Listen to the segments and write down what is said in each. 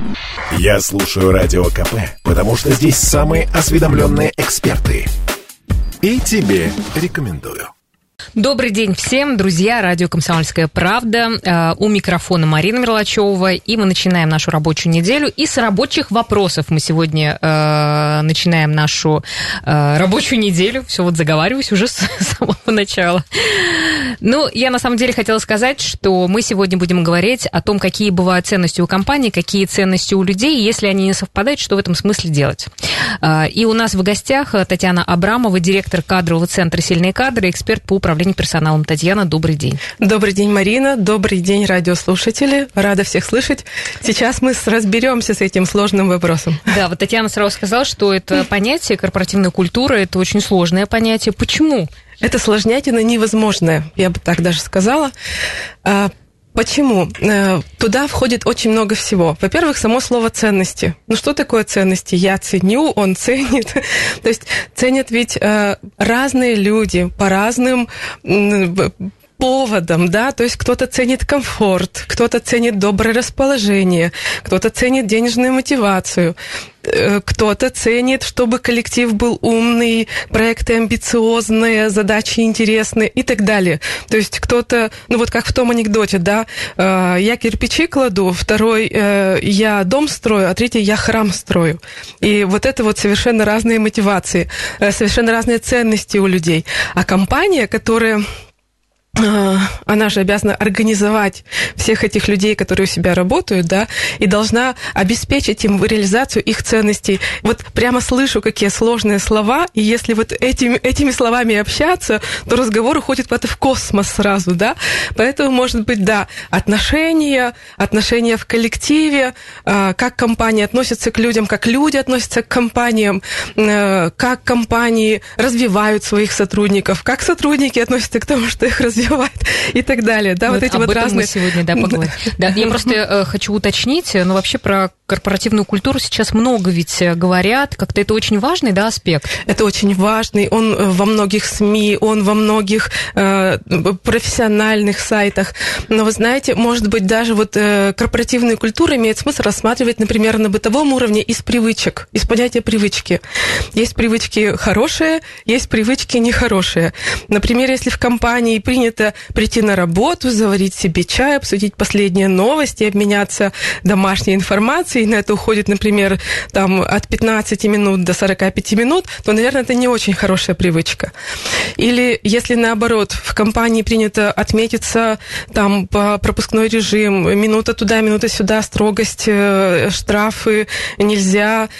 Я слушаю Радио КП, потому что здесь самые осведомленные эксперты. И тебе рекомендую. Добрый день всем, друзья, радио «Комсомольская правда». У микрофона Марина Мерлачева, и мы начинаем нашу рабочую неделю. И с рабочих вопросов мы сегодня начинаем нашу рабочую неделю. Все, вот заговариваюсь уже с самого начала. Ну, я на самом деле хотела сказать, что мы сегодня будем говорить о том, какие бывают ценности у компании, какие ценности у людей, и если они не совпадают, что в этом смысле делать. И у нас в гостях Татьяна Абрамова, директор кадрового центра «Сильные кадры», эксперт по управлению персоналом. Татьяна, добрый день. Добрый день, Марина. Добрый день, радиослушатели. Рада всех слышать. Сейчас мы разберемся с этим сложным вопросом. Да, вот Татьяна сразу сказала, что это понятие корпоративная культура, это очень сложное понятие. Почему? Это сложнятина невозможная, я бы так даже сказала. Почему? Туда входит очень много всего. Во-первых, само слово «ценности». Ну, что такое ценности? Я ценю, он ценит. То есть ценят ведь разные люди по разным поводам, да, то есть кто-то ценит комфорт, кто-то ценит доброе расположение, кто-то ценит денежную мотивацию, кто-то ценит, чтобы коллектив был умный, проекты амбициозные, задачи интересные и так далее. То есть кто-то, ну вот как в том анекдоте, да, я кирпичи кладу, второй я дом строю, а третий я храм строю. И вот это вот совершенно разные мотивации, совершенно разные ценности у людей. А компания, которая... она же обязана организовать всех этих людей, которые у себя работают, да, и должна обеспечить им реализацию их ценностей. Вот прямо слышу, какие сложные слова, и если вот этими словами общаться, то разговор уходит куда-то в космос сразу, да. Поэтому, может быть, да, отношения в коллективе, как компания относится к людям, как люди относятся к компаниям, как компании развивают своих сотрудников, как сотрудники относятся к тому, что их развивают, и так далее. Да, вот эти об вот этом разные... мы сегодня, да, поговорим. Да, я просто хочу уточнить, но вообще про корпоративную культуру сейчас много ведь говорят, как-то это очень важный, да, аспект? Это очень важный, он во многих СМИ, он во многих профессиональных сайтах, но вы знаете, может быть, даже вот корпоративную культуру имеет смысл рассматривать, например, на бытовом уровне из привычек, из понятия привычки. Есть привычки хорошие, есть привычки нехорошие. Например, если в компании принято прийти на работу, заварить себе чай, обсудить последние новости, обменяться домашней информацией, и на это уходит, например, там, от 15 минут до 45 минут, то, наверное, это не очень хорошая привычка. Или если, наоборот, в компании принято отметиться там, по пропускной режим, минута туда, минута сюда, строгость, штрафы, нельзя,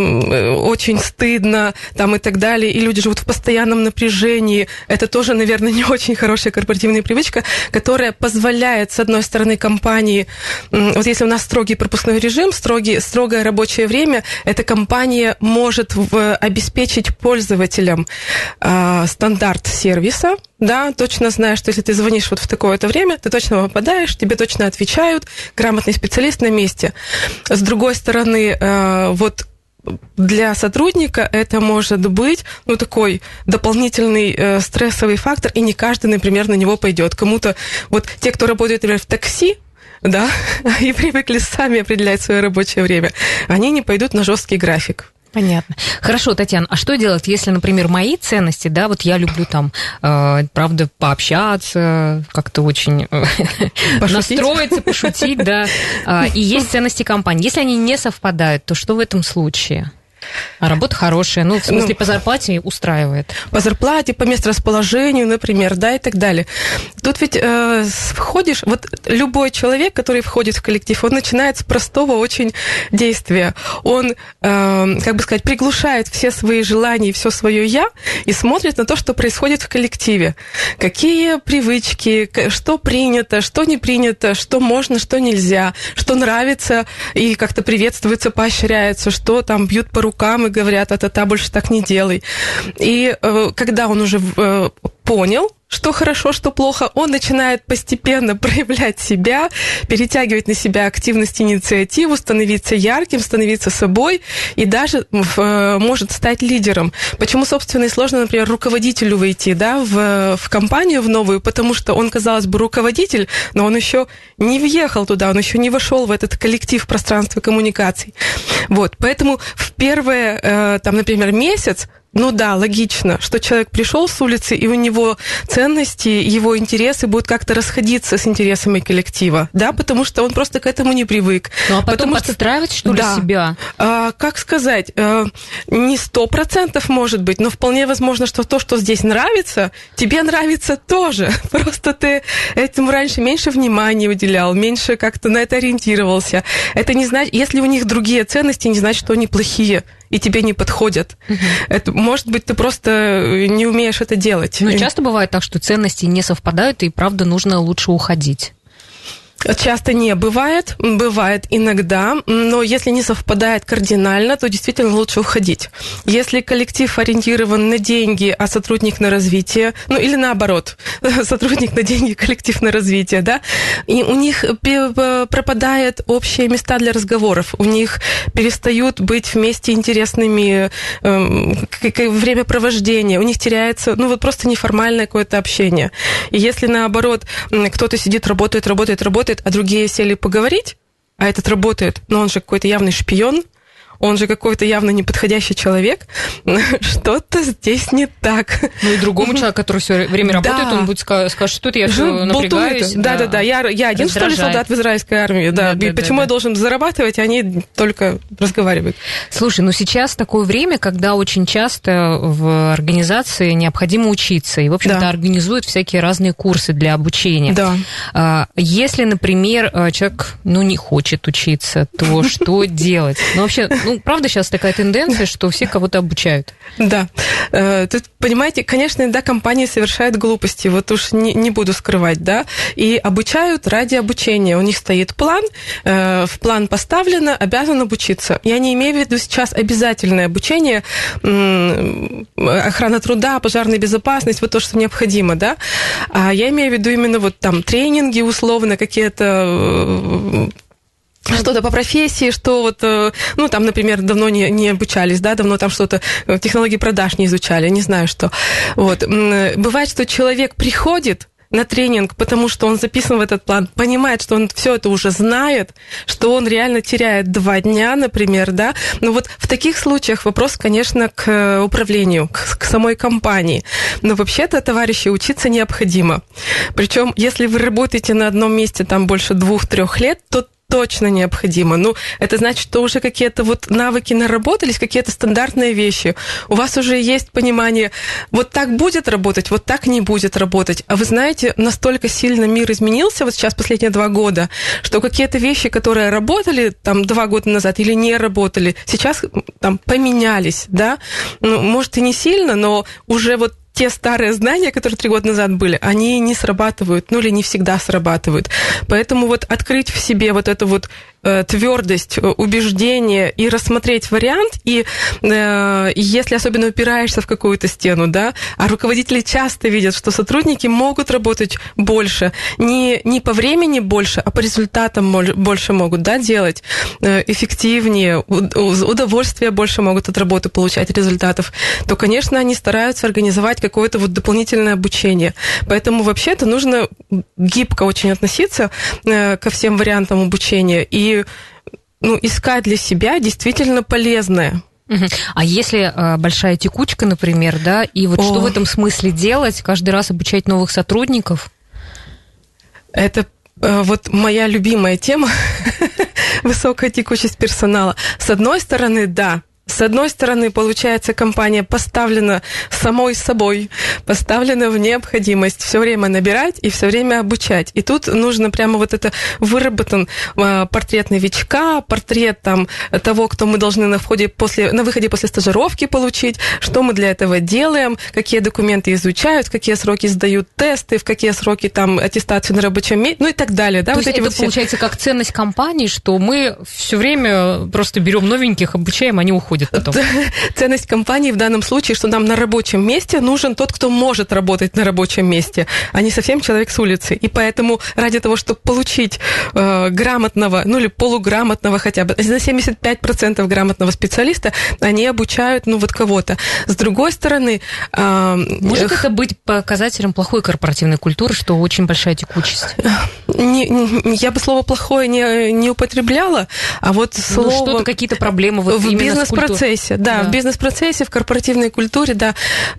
очень стыдно там, и так далее, и люди живут в постоянном напряжении, это тоже, наверное, не очень хорошая корпоративная привычка, которая позволяет, с одной стороны, компании, вот если у нас строгий пропускной режим, строгое рабочее время, эта компания может обеспечить пользователям стандарт сервиса, да, точно зная, что если ты звонишь вот в такое-то время, ты точно попадаешь, тебе точно отвечают, грамотный специалист на месте. С другой стороны, вот для сотрудника это может быть, ну, такой дополнительный стрессовый фактор, и не каждый, например, на него пойдет. Кому-то, вот те, кто работает, например, в такси, да, и привыкли сами определять свое рабочее время, они не пойдут на жесткий график. Понятно. Хорошо, Татьяна, а что делать, если, например, мои ценности, да, вот я люблю там, правда, пообщаться, как-то очень настроиться, пошутить, да, и есть ценности компании. Если они не совпадают, то что в этом случае? А работа хорошая, ну, в смысле, по зарплате устраивает. По зарплате, по месторасположению, например, да, и так далее. Тут ведь входишь, вот любой человек, который входит в коллектив, он начинает с простого очень действия. Он, как бы сказать, приглушает все свои желания и все свое «я» и смотрит на то, что происходит в коллективе. Какие привычки, что принято, что не принято, что можно, что нельзя, что нравится и как-то приветствуется, поощряется, что там бьют по рукам и говорят: а-та-та, больше так не делай. И когда он уже понял, что хорошо, что плохо, он начинает постепенно проявлять себя, перетягивать на себя активность, инициативу, становиться ярким, становиться собой и даже может стать лидером. Почему, собственно, и сложно, например, руководителю войти, да, в компанию в новую, потому что он, казалось бы, руководитель, но он еще не въехал туда, он еще не вошел в этот коллектив пространства коммуникаций. Вот, поэтому в первое, там, например, месяц, ну да, логично, что человек пришел с улицы, и у него ценности, его интересы будут как-то расходиться с интересами коллектива, да, потому что он просто к этому не привык. Ну, а потом подстраивать, что ли, себя? Как сказать, не 100% может быть, но вполне возможно, что то, что здесь нравится, тебе нравится тоже. Просто ты этому раньше меньше внимания уделял, меньше как-то на это ориентировался. Это не значит, если у них другие ценности, не значит, что они плохие и тебе не подходят. Это, может быть, ты просто не умеешь это делать. Ну, часто бывает так, что ценности не совпадают, и, правда, нужно лучше уходить. Часто не бывает, бывает иногда, но если не совпадает кардинально, то действительно лучше уходить. Если коллектив ориентирован на деньги, а сотрудник на развитие, ну или наоборот, сотрудник на деньги, коллектив на развитие, да, и у них пропадают общие места для разговоров, у них перестают быть вместе интересными времяпровождения, у них теряется, ну вот просто неформальное какое-то общение. И если наоборот кто-то сидит, работает, а другие сели поговорить, а этот работает, но он же какой-то явный шпион, он же какой-то явно неподходящий человек, что-то здесь не так. Ну и другому человеку, который все время работает, он будет скажет, что я все напрягаюсь. Да, я один, что ли, солдат в израильской армии, да. Почему я должен зарабатывать, а они только разговаривают. Слушай, ну сейчас такое время, когда очень часто в организации необходимо учиться, и, в общем-то, организуют всякие разные курсы для обучения. Да. Если, например, человек, не хочет учиться, то что делать? Ну, вообще, правда, сейчас такая тенденция, что все кого-то обучают. Да. Тут, понимаете, конечно, иногда компании совершают глупости, вот уж не буду скрывать, да, и обучают ради обучения. У них стоит план, в план поставлено, обязан обучиться. Я не имею в виду сейчас обязательное обучение, охрана труда, пожарная безопасность, вот то, что необходимо, да, а я имею в виду именно вот там тренинги условно, какие-то... Что-то по профессии, что вот, там, например, давно не обучались, да, давно там что-то, технологии продаж не изучали, не знаю что. Вот. Бывает, что человек приходит на тренинг, потому что он записан в этот план, понимает, что он все это уже знает, что он реально теряет 2 дня, например, да. Но вот в таких случаях вопрос, конечно, к управлению, к самой компании. Но вообще-то, товарищи, учиться необходимо. Причем, если вы работаете на одном месте там больше 2-3 лет, то точно необходимо. Это значит, что уже какие-то вот навыки наработались, какие-то стандартные вещи. У вас уже есть понимание, вот так будет работать, вот так не будет работать. А вы знаете, настолько сильно мир изменился вот сейчас последние 2 года, что какие-то вещи, которые работали там 2 года назад или не работали, сейчас там поменялись, да. Может и не сильно, но уже вот те старые знания, которые 3 года назад были, они не срабатывают, или не всегда срабатывают. Поэтому вот открыть в себе вот эту вот твердость, убеждение и рассмотреть вариант, и если особенно упираешься в какую-то стену, да, а руководители часто видят, что сотрудники могут работать больше, не по времени больше, а по результатам больше могут, да, делать эффективнее, удовольствие больше могут от работы получать, результатов, то, конечно, они стараются организовать какое-то вот дополнительное обучение. Поэтому вообще-то нужно гибко очень относиться ко всем вариантам обучения и искать для себя действительно полезное. А если большая текучка, например, да, и вот что в этом смысле делать? Каждый раз обучать новых сотрудников? Это вот моя любимая тема – высокая текучесть персонала. С одной стороны, да. С одной стороны, получается, компания поставлена самой собой, поставлена в необходимость все время набирать и все время обучать. И тут нужно прямо вот это выработан портрет новичка, портрет там того, кто мы должны на выходе после стажировки получить, что мы для этого делаем, какие документы изучают, в какие сроки сдают тесты, в какие сроки там аттестацию на рабочем месте, и так далее. Да? То есть это получается как ценность компании, что мы все время просто берем новеньких, обучаем, они уходят. проходит потом? Ценность компании в данном случае, что нам на рабочем месте нужен тот, кто может работать на рабочем месте, а не совсем человек с улицы. И поэтому ради того, чтобы получить грамотного, ну или полуграмотного хотя бы, на 75% грамотного специалиста, они обучают, ну вот кого-то. С другой стороны... Может это быть показателем плохой корпоративной культуры, что очень большая текучесть? Я бы слово «плохое» не употребляла, а вот слово... Ну, что-то, какие-то проблемы вот в бизнес-процессе, да, в бизнес-процессе, в корпоративной культуре, да.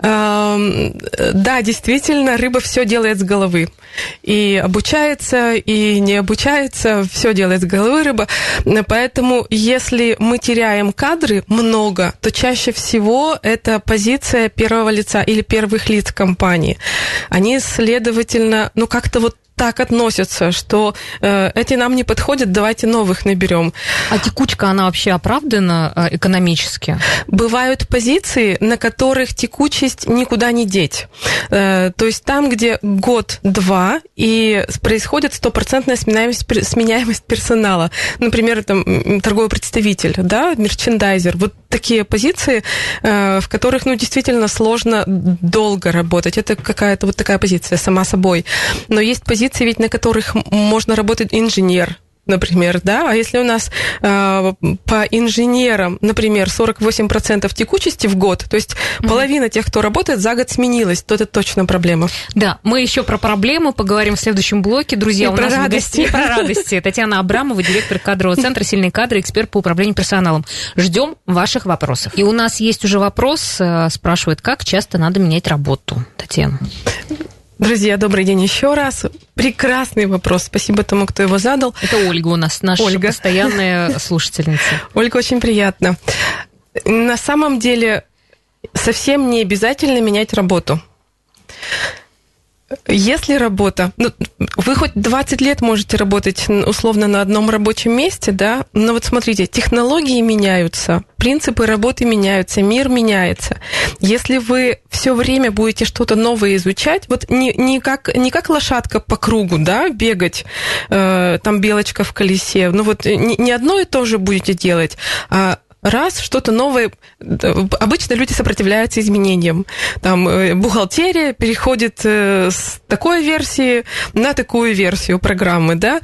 Да, действительно, рыба все делает с головы. И обучается, и не обучается, все делает с головы рыба. Поэтому, если мы теряем кадры много, то чаще всего это позиция первого лица или первых лиц компании. Они, следовательно, ну, как-то вот так относятся, что эти нам не подходят, давайте новых наберем. А текучка, она вообще оправдана экономически? Бывают позиции, на которых текучесть никуда не деть. То есть там, где год-два, и происходит 100% сменяемость персонала. Например, там, торговый представитель, да, мерчендайзер. Вот такие позиции, в которых, ну, действительно сложно долго работать. Это какая-то вот такая позиция сама собой. Но есть позиции, ведь на которых можно работать инженер, например, да, а если у нас по инженерам, например, 48% текучести в год, то есть половина тех, кто работает, за год сменилась, то это точно проблема. Да, мы еще про проблемы поговорим в следующем блоке. Друзья, у нас в гостях про радости. Татьяна Абрамова, директор кадрового центра «Сильные кадры», эксперт по управлению персоналом. Ждем ваших вопросов. И у нас есть уже вопрос, спрашивает, как часто надо менять работу? Татьяна. Друзья, добрый день еще раз. Прекрасный вопрос. Спасибо тому, кто его задал. Это Ольга у нас, наша постоянная слушательница. Ольга, очень приятно. На самом деле, совсем не обязательно менять работу. Если работа... Ну, вы хоть 20 лет можете работать условно на одном рабочем месте, да, но вот смотрите, технологии меняются, принципы работы меняются, мир меняется. Если вы все время будете что-то новое изучать, вот не как лошадка по кругу, да, бегать, там белочка в колесе, ну вот не одно и то же будете делать, а раз что-то новое, обычно люди сопротивляются изменениям. Там бухгалтерия переходит с такой версии на такую версию программы, да,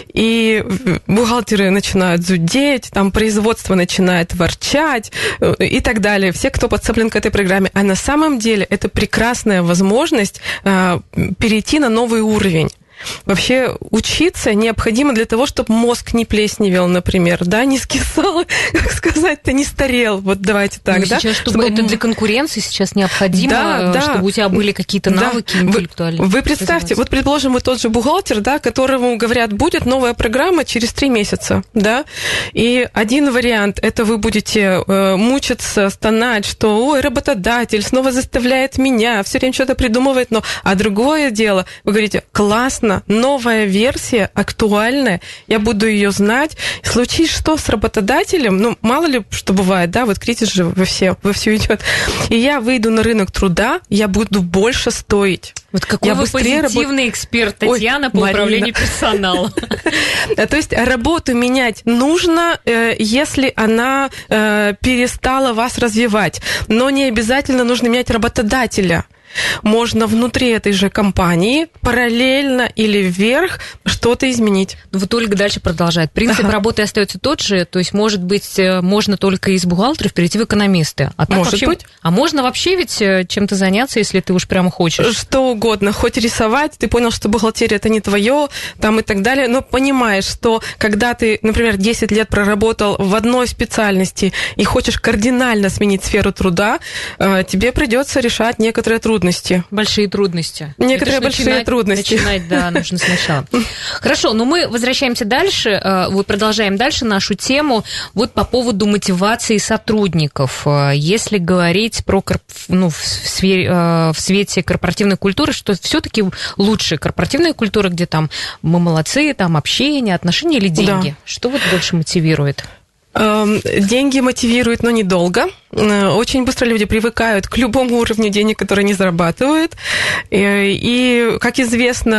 и бухгалтеры начинают зудеть, там производство начинает ворчать и так далее. Все, кто подцеплен к этой программе. А на самом деле это прекрасная возможность перейти на новый уровень. Вообще учиться необходимо для того, чтобы мозг не плесневел, например, да, не скисал, как сказать-то, не старел. Вот давайте так, да. Сейчас, чтобы это для конкуренции сейчас необходимо, да, чтобы у тебя были какие-то навыки интеллектуальные. Вы представьте, вот, предположим, вы тот же бухгалтер, да, которому говорят, будет новая программа через 3 месяца, да, и один вариант, это вы будете мучиться, стонать, что, ой, работодатель снова заставляет меня, все время что-то придумывает, но... А другое дело, вы говорите, классно, новая версия, актуальная, я буду ее знать. Случись что с работодателем, ну, мало ли что бывает, да, вот кризис же во все идет. И я выйду на рынок труда, я буду больше стоить. Вот какой вы позитивный эксперт, Татьяна, по управлению персоналом. То есть работу менять нужно, если она перестала вас развивать, но не обязательно нужно менять работодателя. Можно внутри этой же компании параллельно или вверх что-то изменить. Вот Ольга дальше продолжает. Принцип работы остается тот же, то есть, может быть, можно только из бухгалтеров перейти в экономисты. А может вообще, быть. А можно вообще ведь чем-то заняться, если ты уж прямо хочешь? Что угодно. Хоть рисовать, ты понял, что бухгалтерия это не твое, там и так далее, но понимаешь, что когда ты, например, 10 лет проработал в одной специальности и хочешь кардинально сменить сферу труда, тебе придется решать некоторые трудности. Большие трудности. Некоторые большие трудности. Начинать, да, нужно сначала. Хорошо, но мы возвращаемся дальше, продолжаем дальше нашу тему. Вот по поводу мотивации сотрудников. Если говорить про, в свете корпоративной культуры, что все-таки лучше корпоративная культура, где там мы молодцы, там общение, отношения или деньги? Да. Что вот больше мотивирует? Деньги мотивируют, но недолго. Очень быстро люди привыкают к любому уровню денег, которые они зарабатывают. И, как известно,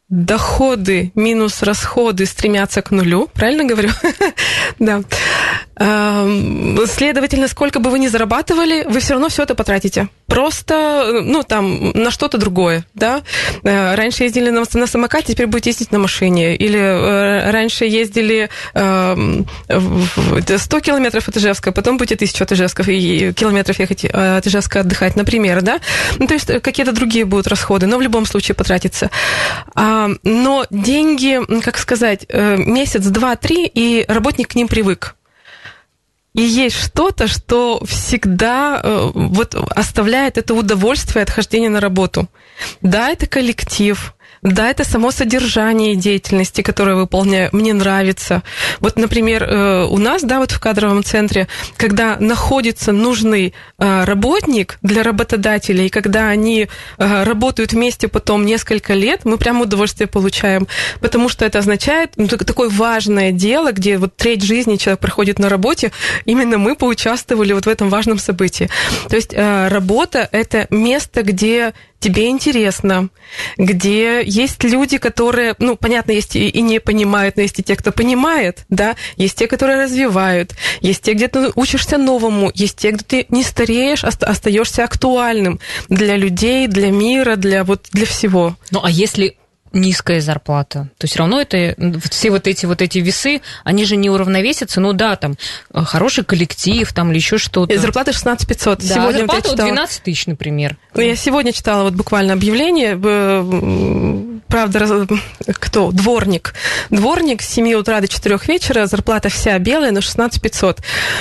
доходы минус расходы стремятся к нулю, правильно говорю? Да. Следовательно, сколько бы вы ни зарабатывали, вы все равно все это потратите. Просто, на что-то другое, да? Раньше ездили на самокате, теперь будете ездить на машине. Или раньше ездили 100 километров от Ижевска, потом будете 1000 от Ижевска, и километров ехать от Ижевска отдыхать, например, да? То есть какие-то другие будут расходы, но в любом случае потратится. Но деньги, месяц, 2-3, и работник к ним привык. И есть что-то, что всегда оставляет это удовольствие от хождения на работу. Да, это коллектив. Да, это само содержание деятельности, которое выполняю, мне нравится. Вот, например, у нас, в кадровом центре, когда находится нужный работник для работодателей, когда они работают вместе потом несколько лет, мы прям удовольствие получаем, потому что это означает такое важное дело, где треть жизни человек проходит на работе, именно мы поучаствовали в этом важном событии. То есть работа – это место, где тебе интересно, где есть люди, которые, понятно, есть и не понимают, но есть и те, кто понимает, да, есть те, которые развивают, есть те, где ты учишься новому, есть те, где ты не стареешь, остаешься актуальным для людей, для мира, для всего. А если низкая зарплата, то все равно это все эти весы, они же не уравновесятся. Там хороший коллектив, или еще что-то. Зарплата 16 500. Да, сегодня зарплата 12 тысяч, например. Я сегодня читала буквально объявление, правда, кто? Дворник. Дворник с 7 утра до 4 вечера, зарплата вся белая, но 16 500.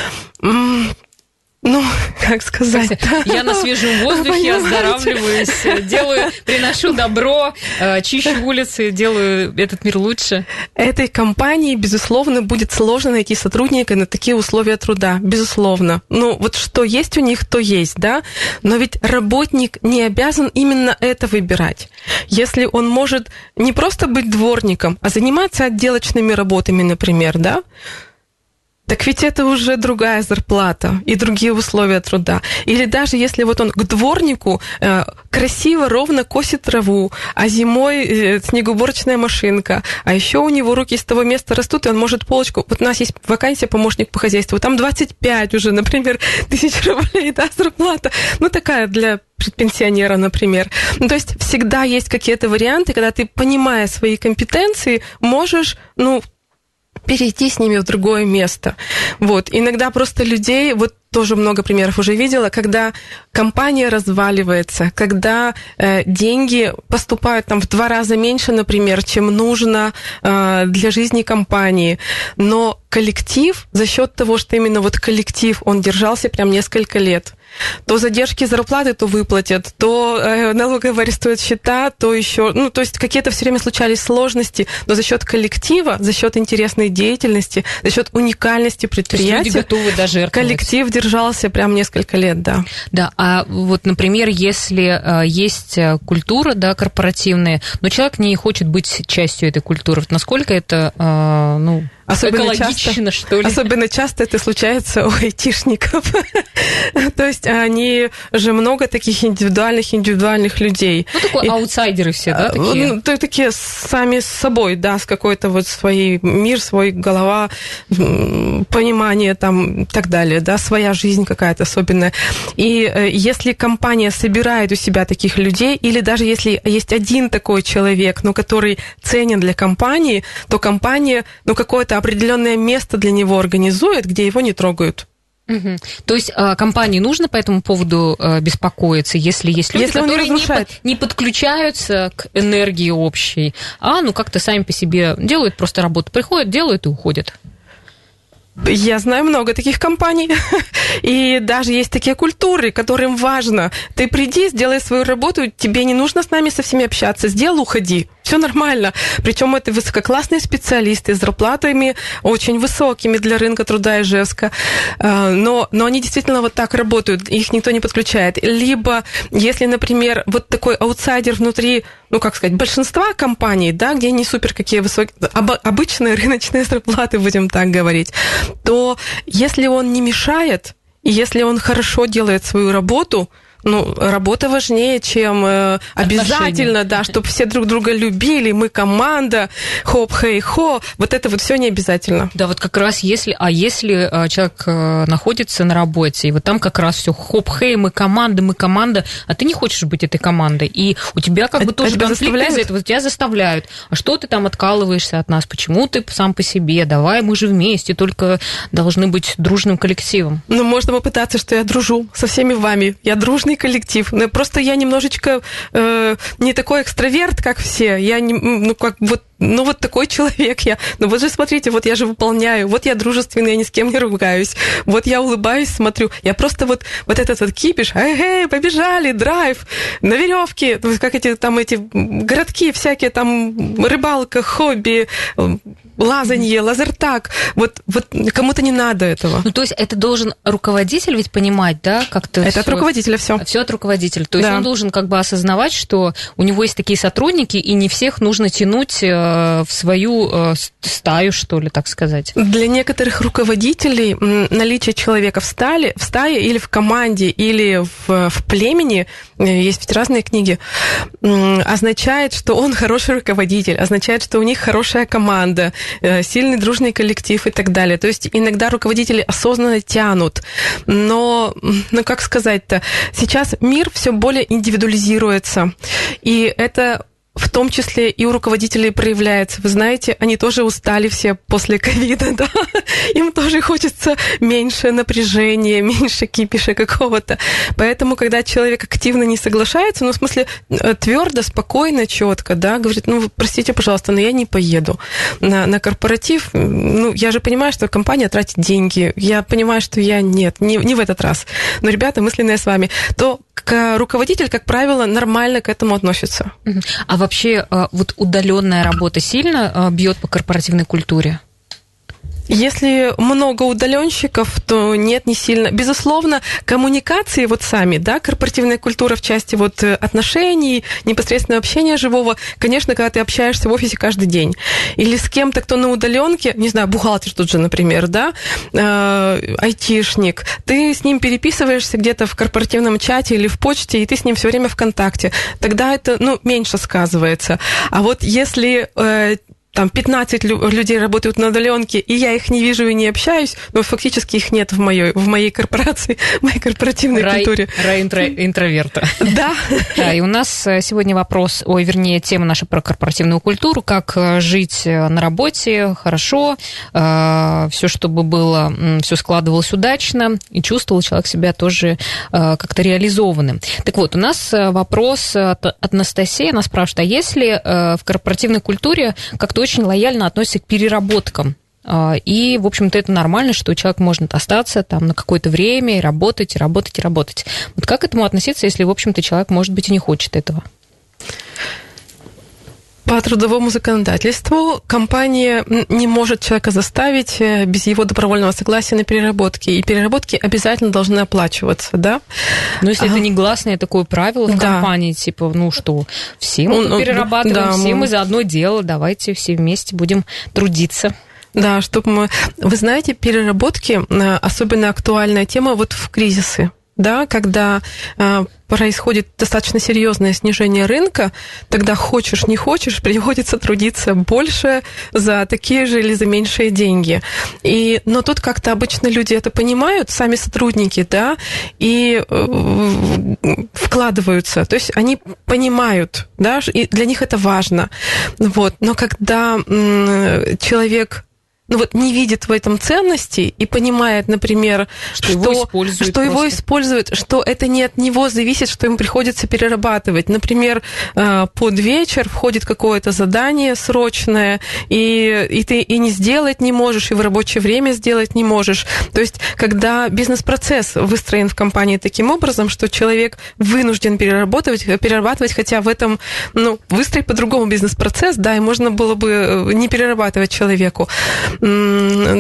Как сказать? Я на свежем воздухе оздоравливаюсь, приношу добро, чищу улицы, делаю этот мир лучше. Этой компании, безусловно, будет сложно найти сотрудника на такие условия труда, безусловно. Что есть у них, то есть, да? Но ведь работник не обязан именно это выбирать. Если он может не просто быть дворником, а заниматься отделочными работами, например, да? Так ведь это уже другая зарплата и другие условия труда. Или даже если он к дворнику красиво, ровно косит траву, а зимой снегоуборочная машинка, а еще у него руки с того места растут, и он может полочку... У нас есть вакансия помощник по хозяйству, там 25 уже, например, тысяч рублей, да, зарплата. Такая для предпенсионера, например. То есть всегда есть какие-то варианты, когда ты, понимая свои компетенции, можешь, перейти с ними в другое место. Иногда просто людей, тоже много примеров уже видела, когда компания разваливается, когда деньги поступают в 2 раза меньше, например, чем нужно для жизни компании. Но коллектив, за счет того, что именно коллектив, он держался прям несколько лет. То задержки зарплаты, то выплатят, то налоговая арестует счета, то еще... то есть какие-то все время случались сложности, но за счет коллектива, за счет интересной деятельности, за счет уникальности предприятия... Люди готовы даже жертвовать. Коллектив держался прям несколько лет, да. Да, например, если есть культура, да, корпоративная, но человек не хочет быть частью этой культуры, насколько это, экологично, что ли? Особенно часто это случается у айтишников. То есть они же много таких индивидуальных людей. Такой аутсайдеры все, да, такие? Такие сами с собой, да, с какой-то свой мир, свой голова, понимание и так далее, да, своя жизнь какая-то особенная. И если компания собирает у себя таких людей, или даже если есть один такой человек, который ценен для компании, то компания, какое-то определенное место для него организует, где его не трогают. Угу. То есть компании нужно по этому поводу беспокоиться, если есть люди, которые не подключаются к энергии общей, как-то сами по себе делают просто работу, приходят, делают и уходят. Я знаю много таких компаний, и даже есть такие культуры, которым важно. Ты приди, сделай свою работу, тебе не нужно с нами со всеми общаться, сделай, уходи. Все нормально. Причем это высококлассные специалисты с зарплатами очень высокими для рынка труда Ижевска. Но они действительно так работают, их никто не подключает. Либо, если, например, такой аутсайдер внутри, большинства компаний, да, где не супер какие высокие, обычные рыночные зарплаты, будем так говорить, то если он не мешает, и если он хорошо делает свою работу, Работа важнее, чем обязательно, да, чтобы все друг друга любили, мы команда, хоп-хей-хо, вот это вот все не обязательно. Да, вот как раз если человек находится на работе, и вот там как раз все хоп-хей, мы команда, а ты не хочешь быть этой командой, и у тебя как бы тоже конфликт из-за этого, тебя заставляют. А что ты там откалываешься от нас? Почему ты сам по себе? Давай, мы же вместе, только должны быть дружным коллективом. Можно попытаться, что я дружу со всеми вами, я дружный коллектив, но просто я немножечко не такой экстраверт, как все, я вот такой человек я. Вот же смотрите, вот я же выполняю, вот я дружественный, я ни с кем не ругаюсь, вот я улыбаюсь, смотрю. Я просто вот этот вот кипиш, побежали, драйв, на веревке, как эти городки всякие, там рыбалка, хобби, лазанье, лазертаг. Вот кому-то не надо этого. То есть это должен руководитель ведь понимать, да? Как-то это от руководителя все. Все от руководителя. То есть он должен как бы осознавать, что у него есть такие сотрудники, и не всех нужно тянуть в свою стаю, что ли, так сказать. Для некоторых руководителей наличие человека в стае или в команде, или в племени, есть ведь разные книги, означает, что он хороший руководитель, означает, что у них хорошая команда, сильный дружный коллектив и так далее. То есть иногда руководители осознанно тянут, но как сказать-то, сейчас мир все более индивидуализируется, и это в том числе и у руководителей проявляется. Вы знаете, они тоже устали все после ковида, да? Им тоже хочется меньше напряжения, меньше кипиша какого-то. Поэтому, когда человек активно не соглашается, в смысле твердо, спокойно, четко, да, говорит, простите, пожалуйста, но я не поеду на корпоратив. Я же понимаю, что компания тратит деньги. Я понимаю, что я не в этот раз. Но, ребята, мысленные с вами. То руководитель, как правило, нормально к этому относится. А вообще вот удаленная работа сильно бьет по корпоративной культуре? Если много удаленщиков, то нет, не сильно. Безусловно, коммуникации вот сами, да, корпоративная культура в части вот отношений, непосредственного общения живого, конечно, когда ты общаешься в офисе каждый день. Или с кем-то, кто на удаленке, не знаю, бухгалтер тут же, например, да, айтишник, ты с ним переписываешься где-то в корпоративном чате или в почте, и ты с ним все время в контакте. Тогда это, меньше сказывается. А вот если 15 людей работают на удаленке, и я их не вижу и не общаюсь, но фактически их нет в моей корпорации, в моей корпоративной культуре. Рай интроверта. Да. Да, и у нас сегодня вопрос, тема наша про корпоративную культуру, как жить на работе хорошо, все, чтобы было, все складывалось удачно, и чувствовал человек себя тоже как-то реализованным. Так вот, у нас вопрос от Анастасии, она спрашивает, а если в корпоративной культуре как-то очень лояльно относится к переработкам. И, в общем-то, это нормально, что человек может остаться там на какое-то время и работать, и работать, и работать. Вот как к этому относиться, если, в общем-то, человек, может быть, и не хочет этого? По трудовому законодательству компания не может человека заставить без его добровольного согласия на переработки. И переработки обязательно должны оплачиваться, да? Но если это негласное такое правило в компании, типа, все мы перерабатываем, все мы за одно дело, давайте все вместе будем трудиться. Да, чтобы мы... Вы знаете, переработки особенно актуальная тема вот в кризисы. Да, когда происходит достаточно серьезное снижение рынка, тогда хочешь, не хочешь, приходится трудиться больше за такие же или за меньшие деньги. Но тут как-то обычно люди это понимают, сами сотрудники, да, и вкладываются. То есть они понимают, да, и для них это важно. Вот. Но когда человек не видит в этом ценности и понимает, например, что его используют, что это не от него зависит, что им приходится перерабатывать. Например, под вечер входит какое-то задание срочное, и ты и не сделать не можешь, и в рабочее время сделать не можешь. То есть, когда бизнес-процесс выстроен в компании таким образом, что человек вынужден перерабатывать, хотя в этом, выстроить по-другому бизнес-процесс, да, и можно было бы не перерабатывать человеку.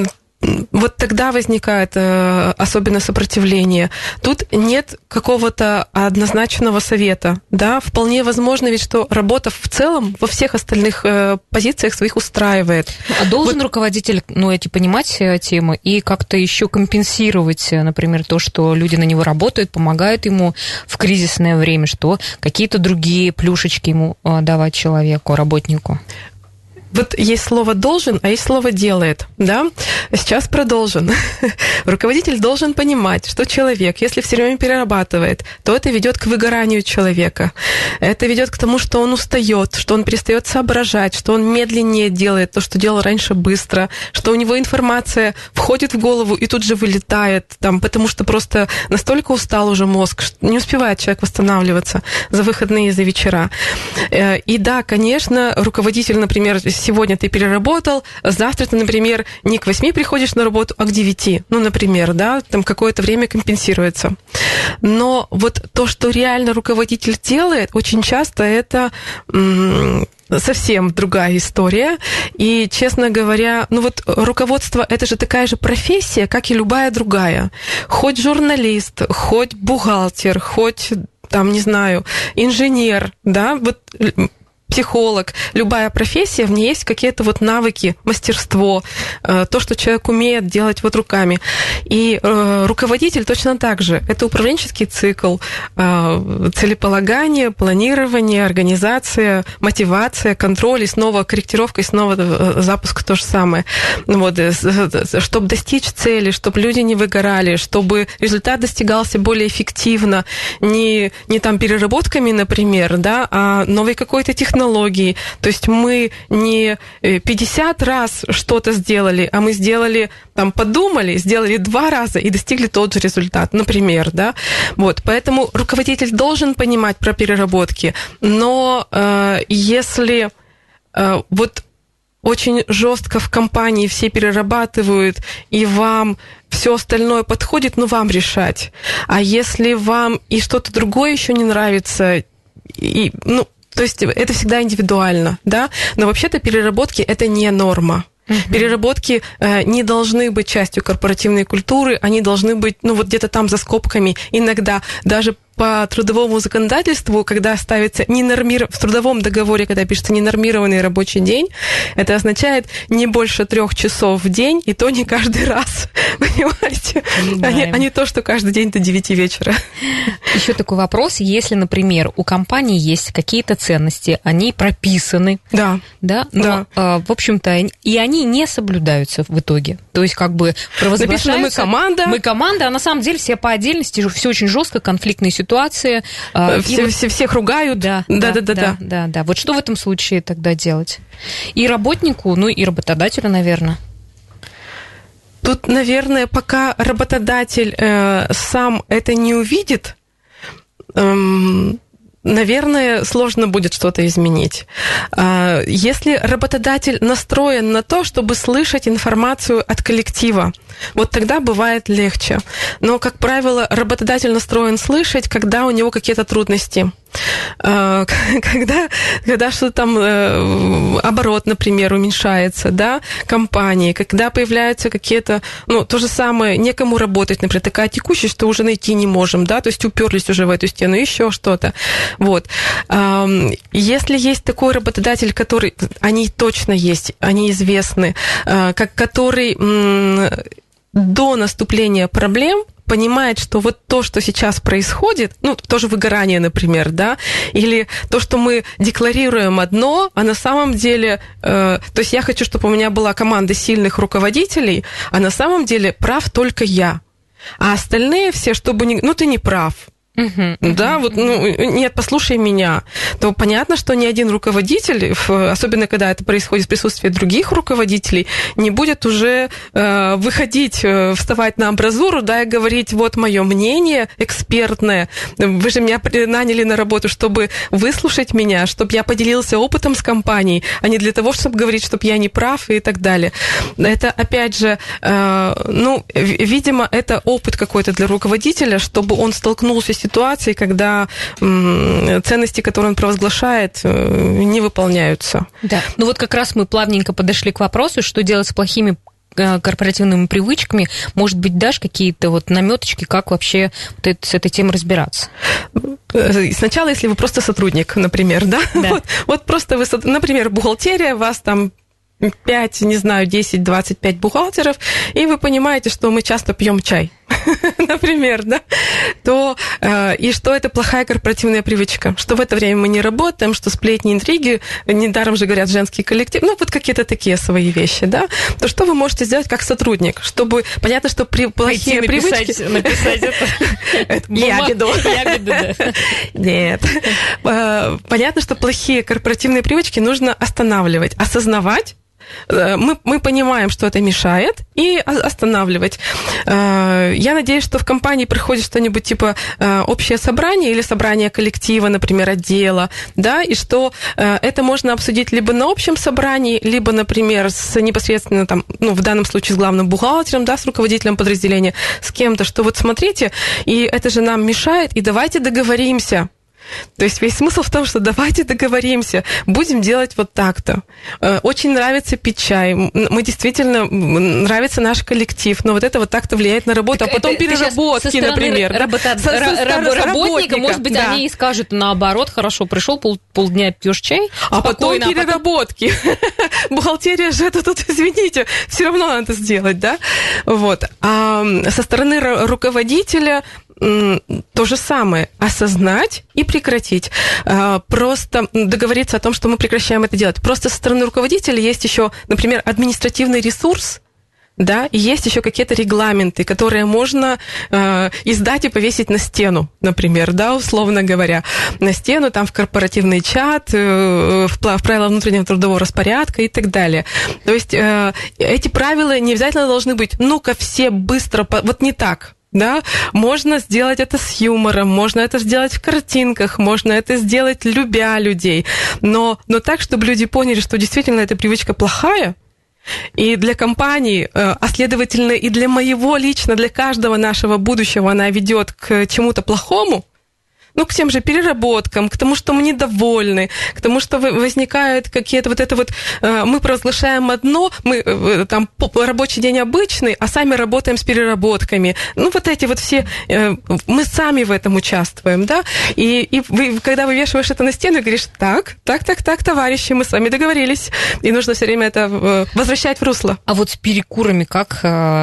вот тогда возникает особенно сопротивление. Тут нет какого-то однозначного совета, да, вполне возможно ведь, что работа в целом во всех остальных позициях своих устраивает. А должен руководитель, эти понимать темы и как-то еще компенсировать, например, то, что люди на него работают, помогают ему в кризисное время, что какие-то другие плюшечки ему давать человеку, работнику? Вот есть слово «должен», а есть слово «делает», да? Сейчас про «должен». Руководитель должен понимать, что человек, если все время перерабатывает, то это ведет к выгоранию человека. Это ведет к тому, что он устает, что он перестает соображать, что он медленнее делает то, что делал раньше быстро, что у него информация входит в голову и тут же вылетает, потому что просто настолько устал уже мозг, что не успевает человек восстанавливаться за выходные и за вечера. И да, конечно, руководитель, например, сегодня ты переработал, завтра ты, например, не к 8 приходишь на работу, а к 9. Например, да, там какое-то время компенсируется. Но вот то, что реально руководитель делает, очень часто это совсем другая история. И, честно говоря, руководство – это же такая же профессия, как и любая другая. Хоть журналист, хоть бухгалтер, хоть, инженер, да, психолог, любая профессия, в ней есть какие-то навыки, мастерство, то, что человек умеет делать руками. И руководитель точно так же. Это управленческий цикл, целеполагание, планирование, организация, мотивация, контроль, и снова корректировка, и снова запуск то же самое. Чтобы достичь цели, чтобы люди не выгорали, чтобы результат достигался более эффективно, не переработками, например, да, а новой какой-то технологией. То есть мы не 50 раз что-то сделали, а мы сделали, подумали, сделали 2 раза и достигли тот же результат, например, да. Поэтому руководитель должен понимать про переработки, но если очень жестко в компании все перерабатывают, и вам все остальное подходит, вам решать. А если вам и что-то другое еще не нравится, то есть это всегда индивидуально, да, но вообще-то переработки – это не норма. Переработки не должны быть частью корпоративной культуры, они должны быть, где-то там за скобками. Иногда даже по трудовому законодательству, когда ставится в трудовом договоре, когда пишется ненормированный рабочий день, это означает не больше 3 часов в день, и то не каждый раз, понимаете? А не то, что каждый день до 9 вечера. Еще такой вопрос. Если, например, у компании есть какие-то ценности, они прописаны, да, но, в общем-то, и они не соблюдаются в итоге. То есть, провозглашаются... Написано, мы команда, а на самом деле все по отдельности, все очень жестко, конфликтные ситуации. Всех ругают. Да. Вот что в этом случае тогда делать? И работнику, и работодателю, наверное. Тут, наверное, пока работодатель сам это не увидит, наверное, сложно будет что-то изменить. Если работодатель настроен на то, чтобы слышать информацию от коллектива, тогда бывает легче. Но, как правило, работодатель настроен слышать, когда у него какие-то трудности. Когда что-то там, оборот, например, уменьшается, да, компании, когда появляются какие-то, то же самое, некому работать, например, такая текущая, что уже найти не можем, да, то есть уперлись уже в эту стену, еще что-то. Если есть такой работодатель, который, они точно есть, они известны, который до наступления проблем понимает, что то, что сейчас происходит, тоже выгорание, например, да, или то, что мы декларируем одно, а на самом деле, то есть я хочу, чтобы у меня была команда сильных руководителей, а на самом деле прав только я. А остальные все, чтобы ты не прав. Да, нет, послушай меня, то понятно, что ни один руководитель, особенно когда это происходит в присутствии других руководителей, не будет уже выходить, вставать на амбразуру, да, и говорить, мое мнение экспертное, вы же меня наняли на работу, чтобы выслушать меня, чтобы я поделился опытом с компанией, а не для того, чтобы говорить, чтобы я не прав и так далее. Это, опять же, видимо, это опыт какой-то для руководителя, чтобы он столкнулся с ситуации, когда ценности, которые он провозглашает, не выполняются. Да. Как раз мы плавненько подошли к вопросу, что делать с плохими корпоративными привычками, может быть, дашь какие-то вот наметочки, как вообще с этой темой разбираться? Сначала, если вы просто сотрудник, например, да? Вот просто вы, например, бухгалтерия, вас там 5, не знаю, 10, 25 бухгалтеров, и вы понимаете, что мы часто пьем чай, например, да, то и что это плохая корпоративная привычка, что в это время мы не работаем, что сплетни, интриги, недаром же говорят женский коллектив, ну, вот какие-то такие свои вещи, да, то что вы можете сделать как сотрудник, чтобы, понятно, что плохие привычки... Написать это. Ябеду. Нет. Понятно, что плохие корпоративные привычки нужно останавливать, осознавать. Мы понимаем, что это мешает, и останавливать. Я надеюсь, что в компании приходит что-нибудь типа общее собрание или собрание коллектива, например, отдела, да, и что это можно обсудить либо на общем собрании, либо, например, с непосредственно там, ну, в данном случае с главным бухгалтером, да, с руководителем подразделения, с кем-то, что вот смотрите, и это же нам мешает, и давайте договоримся. То есть весь смысл в том, что давайте договоримся, будем делать вот так-то. Очень нравится пить чай, мы действительно, нравится наш коллектив, но вот это вот так-то влияет на работу, так а потом переработки, например. Работника, может быть, да. Они и скажут наоборот, хорошо, пришел полдня пьешь чай, а потом переработки. Бухгалтерия же это тут, извините, все равно надо сделать, да? Вот. А со стороны руководителя то же самое. Осознать и прекратить. Просто договориться о том, что мы прекращаем это делать. Просто со стороны руководителя есть еще, например, административный ресурс, да, и есть еще какие-то регламенты, которые можно издать и повесить на стену, например, да, условно говоря, на стену, там, в корпоративный чат, в правила внутреннего трудового распорядка и так далее. То есть эти правила не обязательно должны быть, ну-ка, все быстро, вот не так. Да, можно сделать это с юмором, можно это сделать в картинках, можно это сделать, любя людей, но так, чтобы люди поняли, что действительно эта привычка плохая, и для компании, а следовательно и для моего лично, для каждого нашего будущего она ведет к чему-то плохому, ну, к тем же переработкам, к тому, что мы недовольны, к тому, что возникают какие-то вот это вот... Мы провозглашаем одно, мы там рабочий день обычный, а сами работаем с переработками. Ну, вот эти вот все... Мы сами в этом участвуем, да? И когда вывешиваешь это на стену, говоришь, так, товарищи, мы с вами договорились. И нужно все время это возвращать в русло. А вот с перекурами как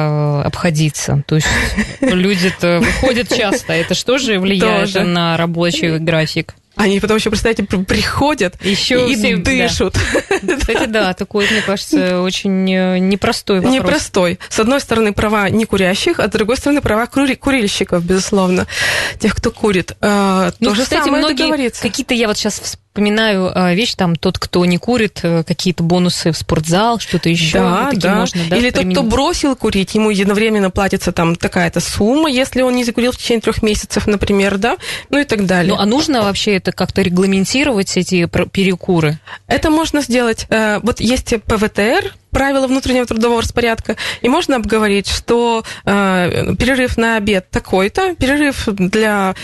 обходиться? То есть люди-то выходят часто, это что же влияет на рабочий график? Они потом еще, представляете, приходят еще и все, дышат. Да. Кстати, да, такой, мне кажется, очень непростой вопрос. Непростой. С одной стороны, права некурящих, а с другой стороны, права курильщиков, безусловно. Тех, кто курит. То же кстати, самое многие договориться. Какие-то, я вот сейчас вспоминаю вещи, там, тот, кто не курит, какие-то бонусы в спортзал, что-то еще. Да, вот да. Можно, да. Или тот, кто бросил курить, ему единовременно платится там такая-то сумма, если он не закурил в течение 3 месяцев, например, да, ну и так далее. Ну, а нужно вообще это как-то регламентировать, эти перекуры? Это можно сделать. Вот есть ПВТР, правила внутреннего трудового распорядка, и можно обговорить, что перерыв на обед такой-то, перерыв для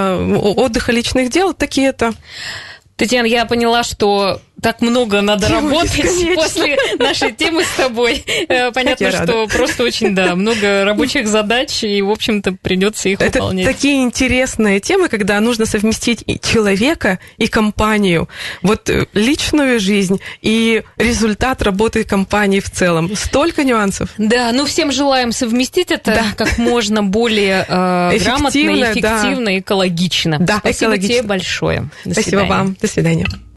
отдыха личных дел такие-то. Татьяна, я поняла, что так много надо работать после нашей темы с тобой. Понятно, что просто очень, да, много рабочих задач, и, в общем-то, придется их выполнять. Это такие интересные темы, когда нужно совместить и человека, и компанию. Вот личную жизнь и результат работы компании в целом. Столько нюансов. Да, ну всем желаем совместить это как можно более грамотно, эффективно, экологично. Да, спасибо тебе большое. Спасибо вам. До свидания.